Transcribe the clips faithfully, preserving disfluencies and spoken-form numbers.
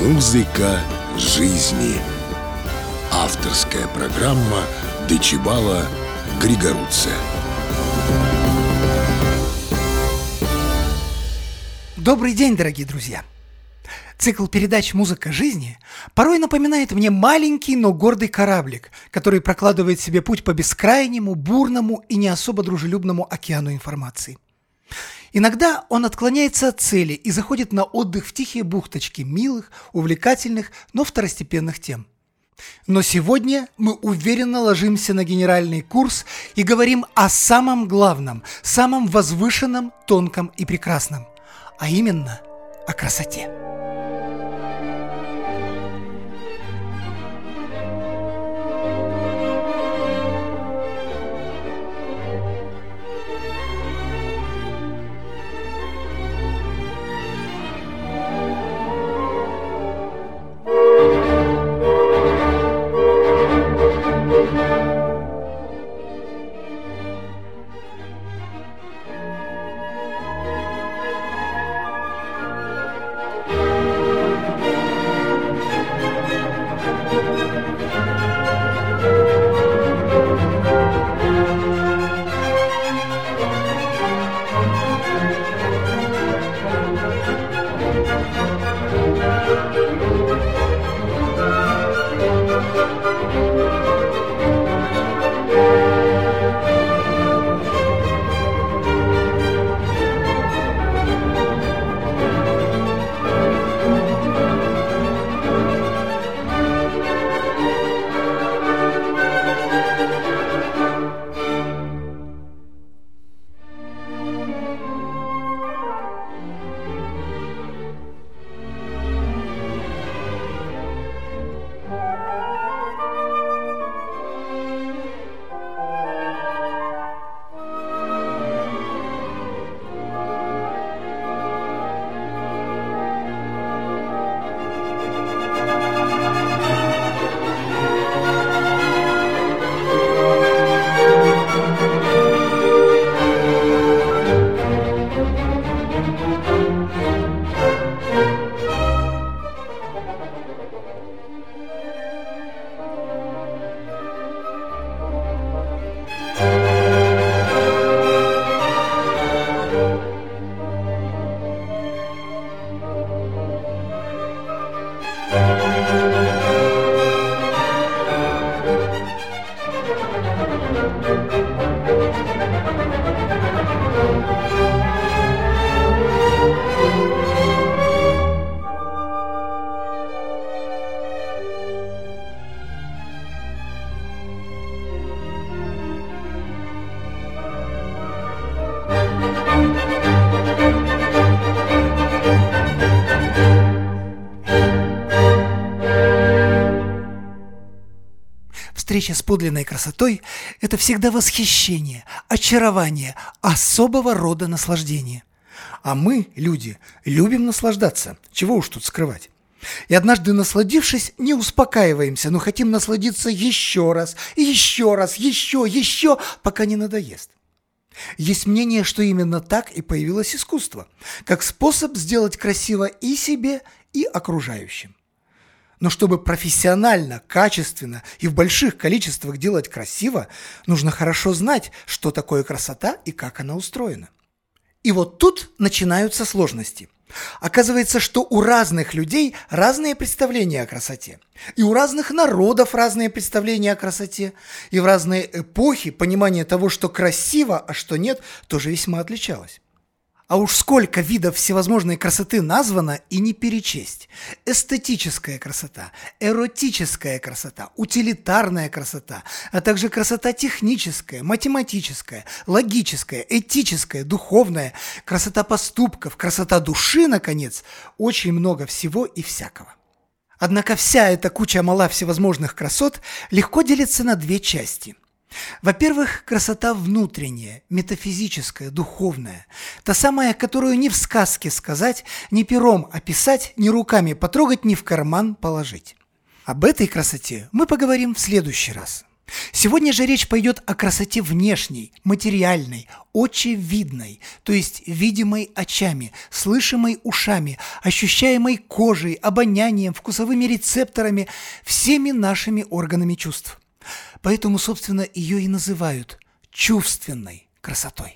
Музыка жизни. Авторская программа Дечибала Григоруца. Добрый день, дорогие друзья! Цикл передач «Музыка жизни» порой напоминает мне маленький, но гордый кораблик, который прокладывает себе путь по бескрайнему, бурному и не особо дружелюбному океану информации. Иногда он отклоняется от цели и заходит на отдых в тихие бухточки милых, увлекательных, но второстепенных тем. Но сегодня мы уверенно ложимся на генеральный курс и говорим о самом главном, самом возвышенном, тонком и прекрасном, а именно о красоте. Встреча с подлинной красотой – это всегда восхищение, очарование, особого рода наслаждение. А мы, люди, любим наслаждаться, чего уж тут скрывать. И однажды насладившись, не успокаиваемся, но хотим насладиться еще раз, еще раз, еще, еще, пока не надоест. Есть мнение, что именно так и появилось искусство, как способ сделать красиво и себе, и окружающим. Но чтобы профессионально, качественно и в больших количествах делать красиво, нужно хорошо знать, что такое красота и как она устроена. И вот тут начинаются сложности. Оказывается, что у разных людей разные представления о красоте. И у разных народов разные представления о красоте. И в разные эпохи понимание того, что красиво, а что нет, тоже весьма отличалось. А уж сколько видов всевозможной красоты названо и не перечесть. Эстетическая красота, эротическая красота, утилитарная красота, а также красота техническая, математическая, логическая, этическая, духовная, красота поступков, красота души, наконец, очень много всего и всякого. Однако вся эта куча мала всевозможных красот легко делится на две части. Во-первых, красота внутренняя, метафизическая, духовная. Та самая, которую ни в сказке сказать, ни пером описать, ни руками потрогать, ни в карман положить. Об этой красоте мы поговорим в следующий раз. Сегодня же речь пойдет о красоте внешней, материальной, очевидной, то есть видимой очами, слышимой ушами, ощущаемой кожей, обонянием, вкусовыми рецепторами, всеми нашими органами чувств. Поэтому, собственно, ее и называют чувственной красотой.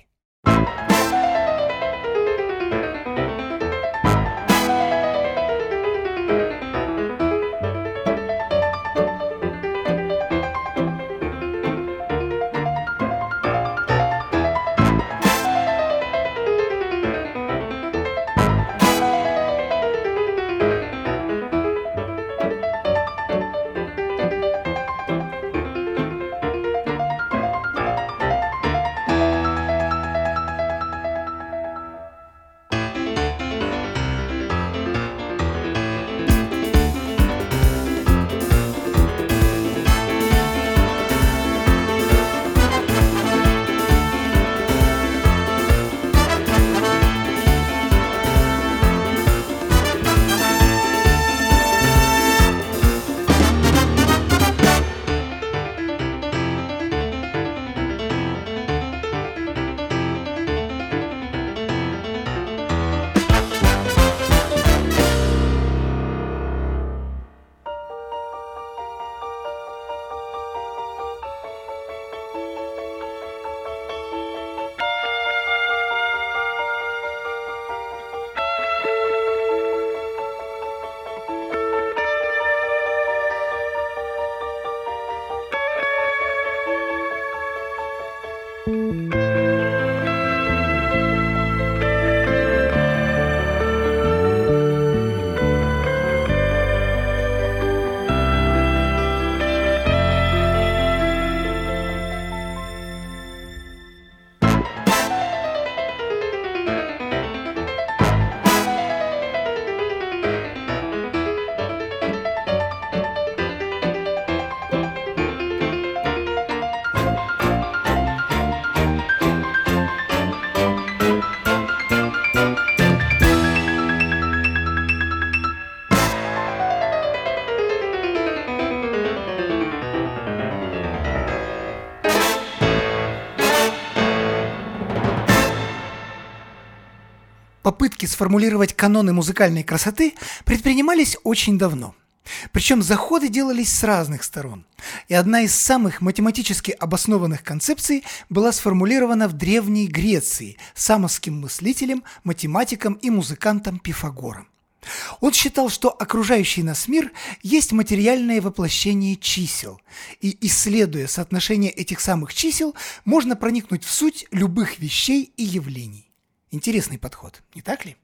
Попытки сформулировать каноны музыкальной красоты предпринимались очень давно. Причем заходы делались с разных сторон. И одна из самых математически обоснованных концепций была сформулирована в Древней Греции самосским мыслителем, математиком и музыкантом Пифагором. Он считал, что окружающий нас мир есть материальное воплощение чисел, и, исследуя соотношение этих самых чисел, можно проникнуть в суть любых вещей и явлений. Интересный подход, не так ли?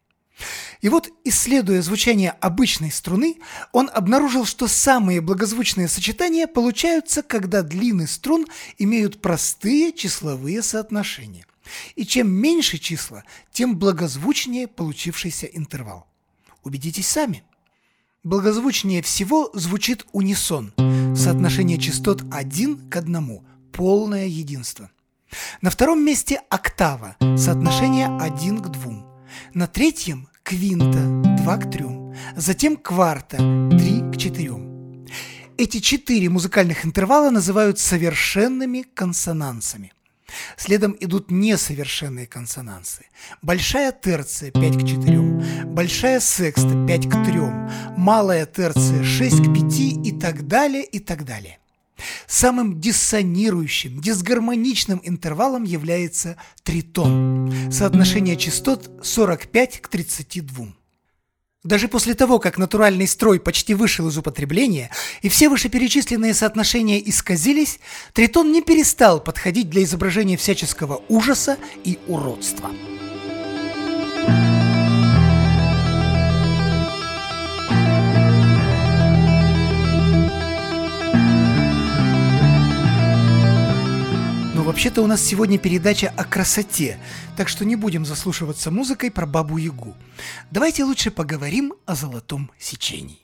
И вот, исследуя звучание обычной струны, он обнаружил, что самые благозвучные сочетания получаются, когда длины струн имеют простые числовые соотношения. И чем меньше числа, тем благозвучнее получившийся интервал. Убедитесь сами. Благозвучнее всего звучит унисон, соотношение частот один к одному, полное единство. На втором месте октава, соотношение один к двум. На третьем квинта, два к трем. Затем кварта, три к четырем. Эти четыре музыкальных интервала называют совершенными консонансами. Следом идут несовершенные консонансы. Большая терция пять к четырем, большая секста пять к трем, малая терция шесть к пяти и так далее, и так далее. Самым диссонирующим, дисгармоничным интервалом является тритон. Соотношение частот сорок пять к тридцати двум. Даже после того, как натуральный строй почти вышел из употребления и все вышеперечисленные соотношения исказились, тритон не перестал подходить для изображения всяческого ужаса и уродства. Вообще-то у нас сегодня передача о красоте, так что не будем заслушиваться музыкой про Бабу-Ягу. Давайте лучше поговорим о золотом сечении.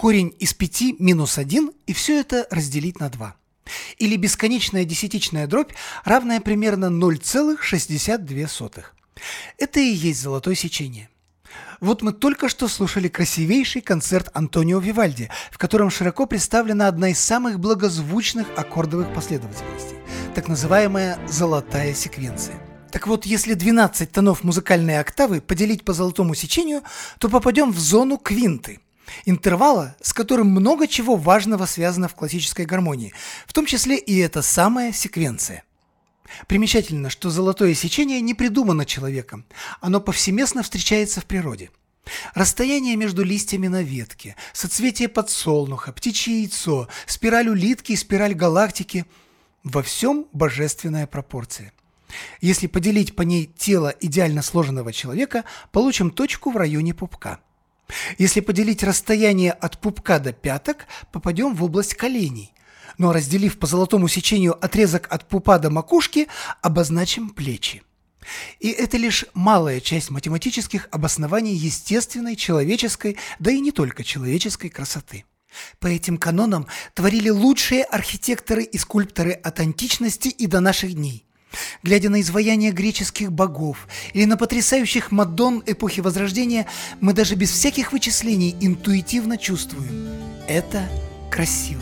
корень из пяти минус один и все это разделить на два. Или бесконечная десятичная дробь, равная примерно ноль целых шестьдесят две сотых. Это и есть золотое сечение. Вот мы только что слушали красивейший концерт Антонио Вивальди, в котором широко представлена одна из самых благозвучных аккордовых последовательностей, так называемая золотая секвенция. Так вот, если двенадцать тонов музыкальной октавы поделить по золотому сечению, то попадем в зону квинты, интервала, с которым много чего важного связано в классической гармонии, в том числе и эта самая секвенция. Примечательно, что золотое сечение не придумано человеком, оно повсеместно встречается в природе. Расстояние между листьями на ветке, соцветие подсолнуха, птичье яйцо, спираль улитки и спираль галактики – во всем божественная пропорция. Если поделить по ней тело идеально сложенного человека, получим точку в районе пупка. Если поделить расстояние от пупка до пяток, попадем в область коленей. Но разделив по золотому сечению отрезок от пупа до макушки, обозначим плечи. И это лишь малая часть математических обоснований естественной, человеческой, да и не только человеческой красоты. По этим канонам творили лучшие архитекторы и скульпторы от античности и до наших дней. Глядя на изваяния греческих богов или на потрясающих Мадонн эпохи Возрождения, мы даже без всяких вычислений интуитивно чувствуем – это красиво.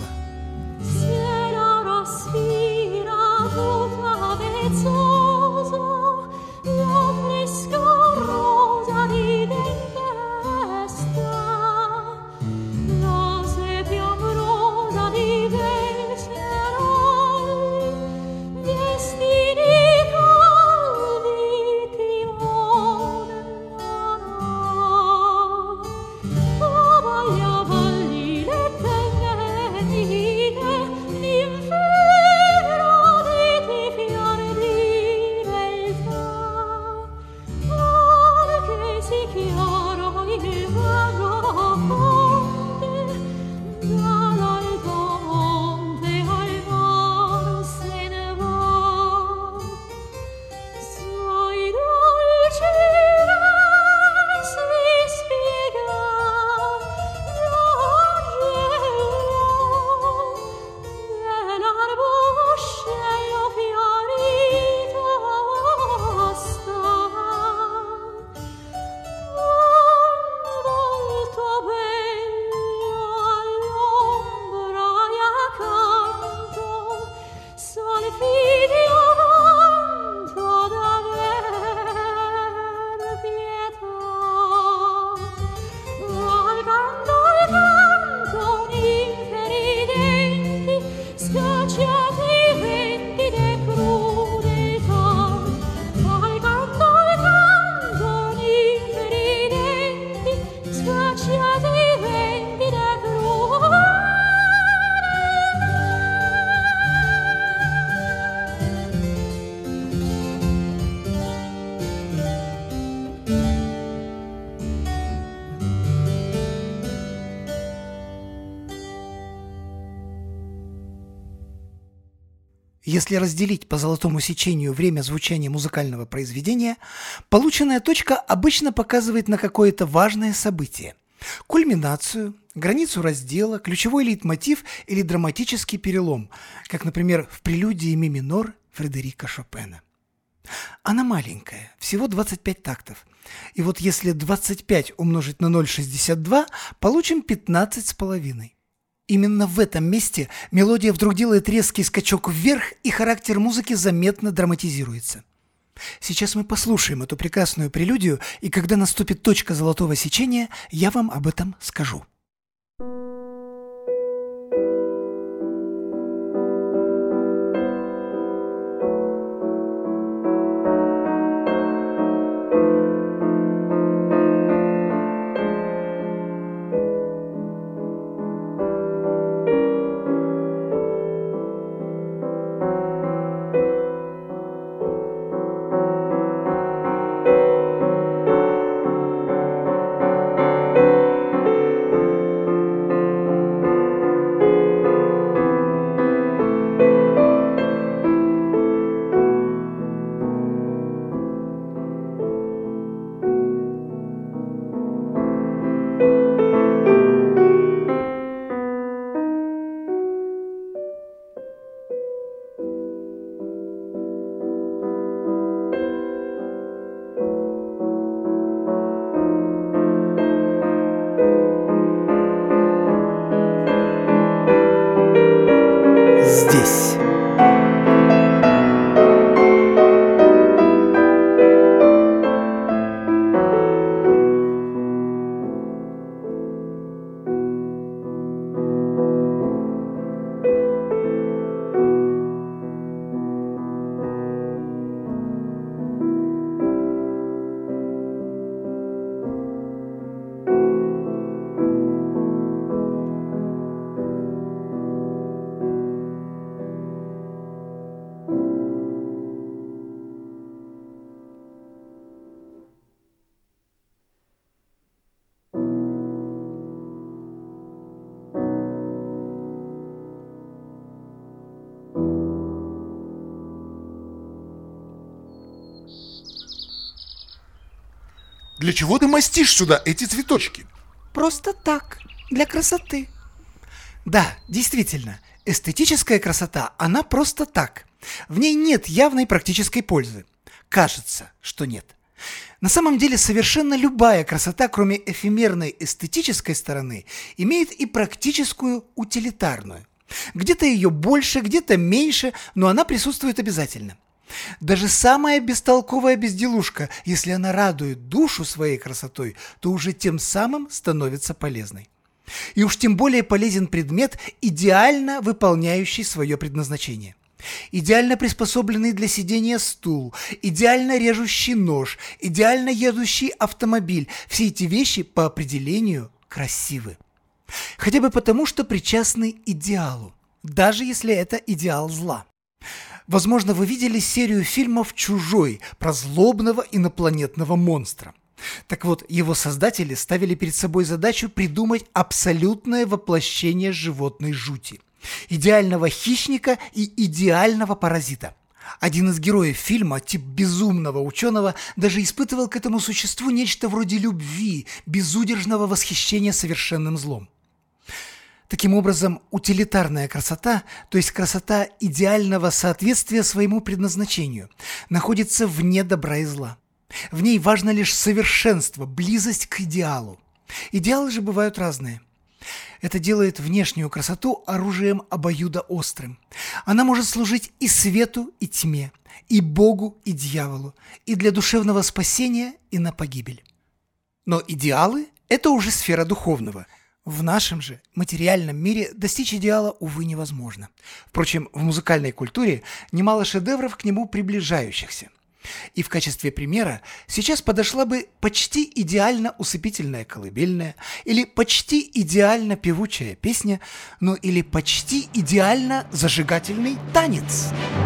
Если разделить по золотому сечению время звучания музыкального произведения, полученная точка обычно показывает на какое-то важное событие – кульминацию, границу раздела, ключевой лейтмотив или драматический перелом, как, например, в прелюдии ми минор Фредерика Шопена. Она маленькая, всего двадцать пять тактов. И вот если двадцать пять умножить на ноль целых шестьдесят два, получим пятнадцать с половиной. Именно в этом месте мелодия вдруг делает резкий скачок вверх, и характер музыки заметно драматизируется. Сейчас мы послушаем эту прекрасную прелюдию, и когда наступит точка золотого сечения, я вам об этом скажу. для чего ты мастишь сюда эти цветочки? Просто так, для красоты. Да, действительно, эстетическая красота, она просто так. В ней нет явной практической пользы. Кажется, что нет. На самом деле совершенно любая красота, кроме эфемерной эстетической стороны, имеет и практическую утилитарную. Где-то ее больше, где-то меньше, но она присутствует обязательно. Даже самая бестолковая безделушка, если она радует душу своей красотой, то уже тем самым становится полезной. И уж тем более полезен предмет, идеально выполняющий свое предназначение. Идеально приспособленный для сидения стул, идеально режущий нож, идеально едущий автомобиль – все эти вещи по определению красивы. Хотя бы потому, что причастны идеалу, даже если это идеал зла. Возможно, вы видели серию фильмов «Чужой» про злобного инопланетного монстра. Так вот, его создатели ставили перед собой задачу придумать абсолютное воплощение животной жути. Идеального хищника и идеального паразита. Один из героев фильма, тип безумного ученого, даже испытывал к этому существу нечто вроде любви, безудержного восхищения совершенным злом. Таким образом, утилитарная красота, то есть красота идеального соответствия своему предназначению, находится вне добра и зла. В ней важно лишь совершенство, близость к идеалу. Идеалы же бывают разные. Это делает внешнюю красоту оружием обоюдоострым. Она может служить и свету, и тьме, и Богу, и дьяволу, и для душевного спасения, и на погибель. Но идеалы – это уже сфера духовного. В нашем же материальном мире достичь идеала, увы, невозможно. Впрочем, в музыкальной культуре немало шедевров к нему приближающихся. И в качестве примера сейчас подошла бы почти идеально усыпительная колыбельная, или почти идеально певучая песня, ну или почти идеально зажигательный танец.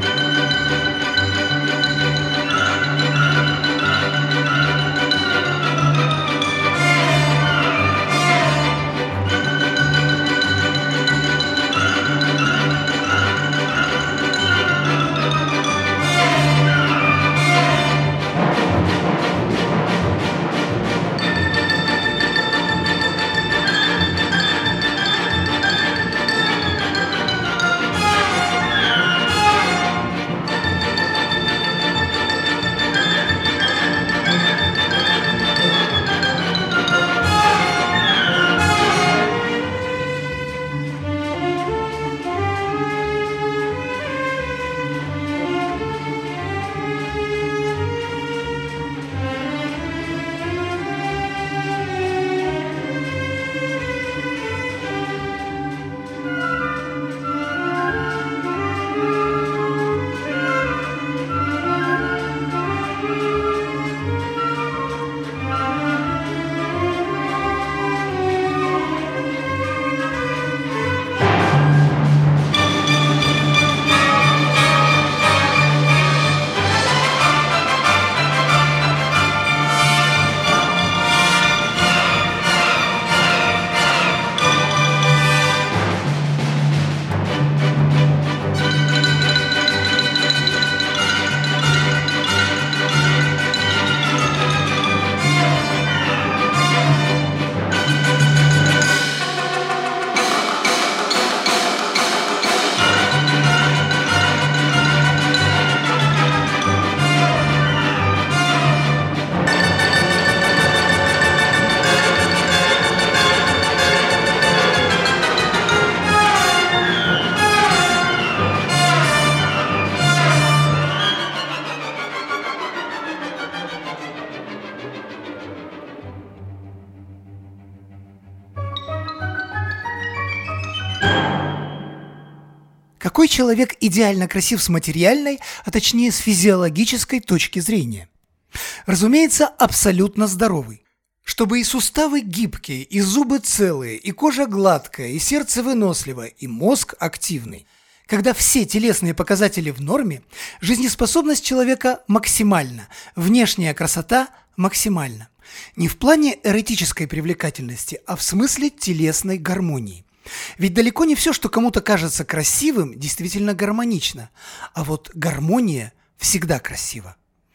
Какой человек идеально красив с материальной, а точнее с физиологической точки зрения? Разумеется, абсолютно здоровый. Чтобы и суставы гибкие, и зубы целые, и кожа гладкая, и сердце выносливое, и мозг активный. Когда все телесные показатели в норме, жизнеспособность человека максимальна, внешняя красота максимальна. Не в плане эротической привлекательности, а в смысле телесной гармонии. Ведь далеко не все, что кому-то кажется красивым, действительно гармонично. А вот гармония всегда красива.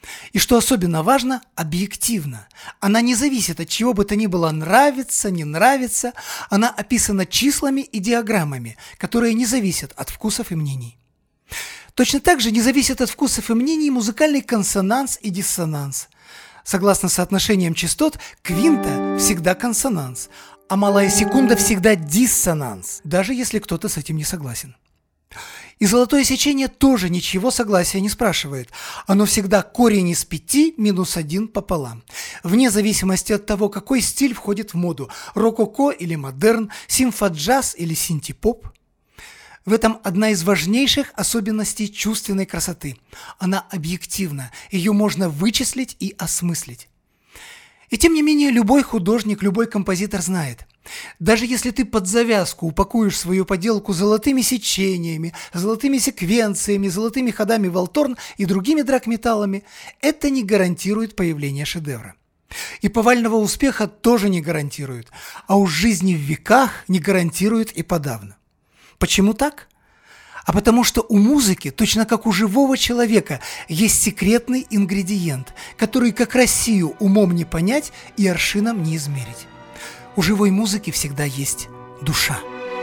И что особенно важно, объективно. Она не зависит от чего бы то ни было нравится, не нравится. Она описана числами и диаграммами, которые не зависят от вкусов и мнений. Точно так же не зависит от вкусов и мнений музыкальный консонанс и диссонанс. Согласно соотношениям частот, квинта всегда консонанс, а малая секунда всегда диссонанс, даже если кто-то с этим не согласен. И золотое сечение тоже ничего согласия не спрашивает. Оно всегда корень из пяти минус один пополам. Вне зависимости от того, какой стиль входит в моду – рококо или модерн, симфоджаз или синти-поп. В этом одна из важнейших особенностей чувственной красоты. Она объективна, ее можно вычислить и осмыслить. И тем не менее, любой художник, любой композитор знает, даже если ты под завязку упакуешь свою поделку золотыми сечениями, золотыми секвенциями, золотыми ходами валторн и другими драгметаллами, это не гарантирует появление шедевра. И повального успеха тоже не гарантирует, а уж жизни в веках не гарантирует и подавно. Почему так? А потому что у музыки, точно как у живого человека, есть секретный ингредиент, который как Россию умом не понять и аршином не измерить. У живой музыки всегда есть душа.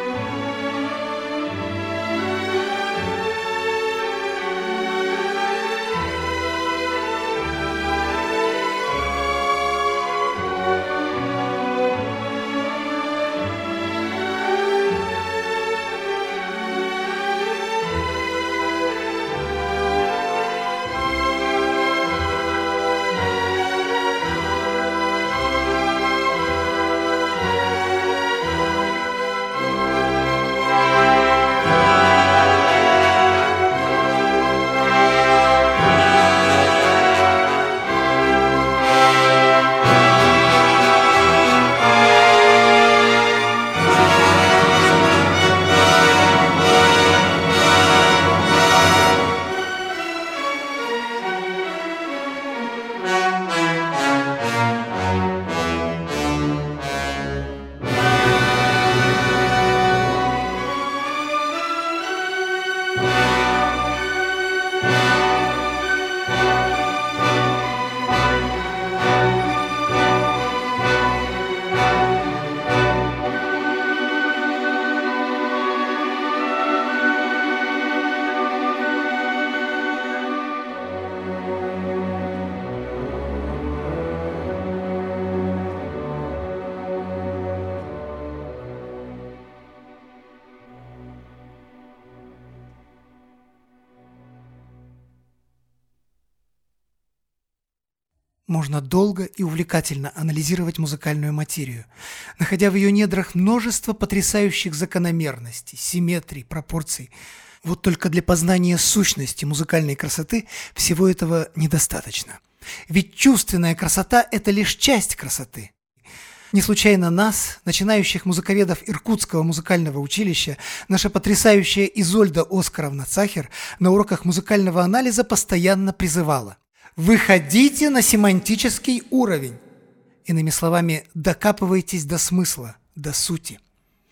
Можно долго и увлекательно анализировать музыкальную материю, находя в ее недрах множество потрясающих закономерностей, симметрий, пропорций. Вот только для познания сущности музыкальной красоты всего этого недостаточно. Ведь чувственная красота – это лишь часть красоты. Не случайно нас, начинающих музыковедов Иркутского музыкального училища, наша потрясающая Изольда Оскаровна Цахер на уроках музыкального анализа постоянно призывала: выходите на семантический уровень. Иными словами, докапывайтесь до смысла, до сути.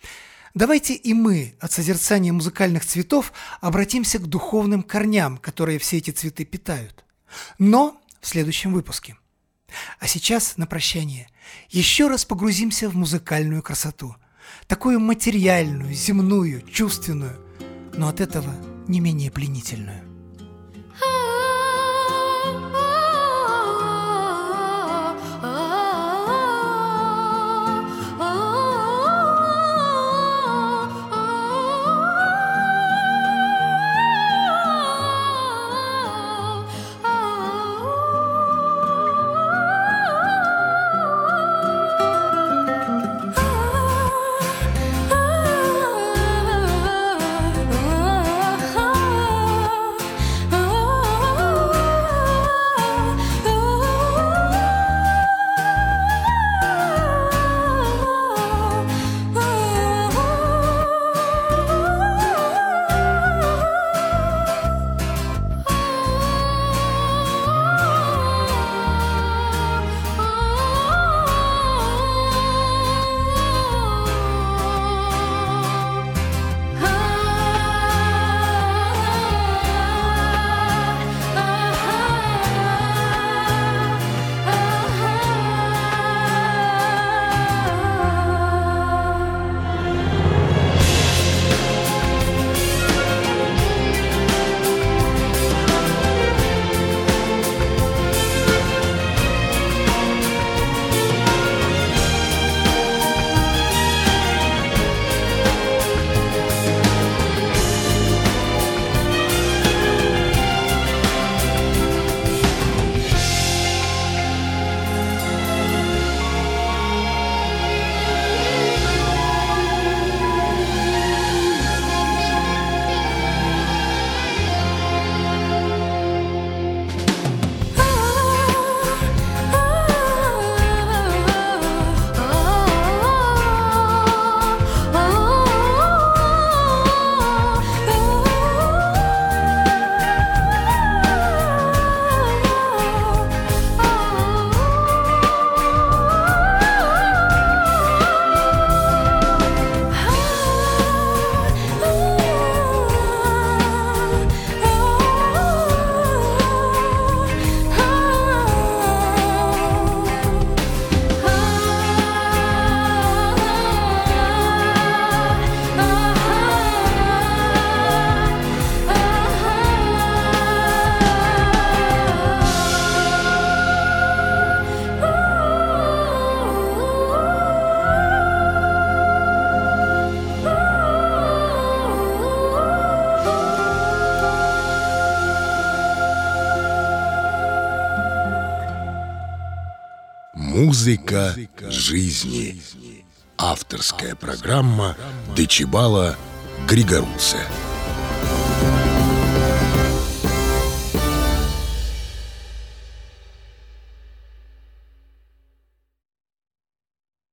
Давайте и мы от созерцания музыкальных цветов обратимся к духовным корням, которые все эти цветы питают. Но в следующем выпуске. А сейчас, на прощание, еще раз погрузимся в музыкальную красоту. Такую материальную, земную, чувственную, но от этого не менее пленительную. Музыка жизни. Авторская программа Дечибала Григоруце.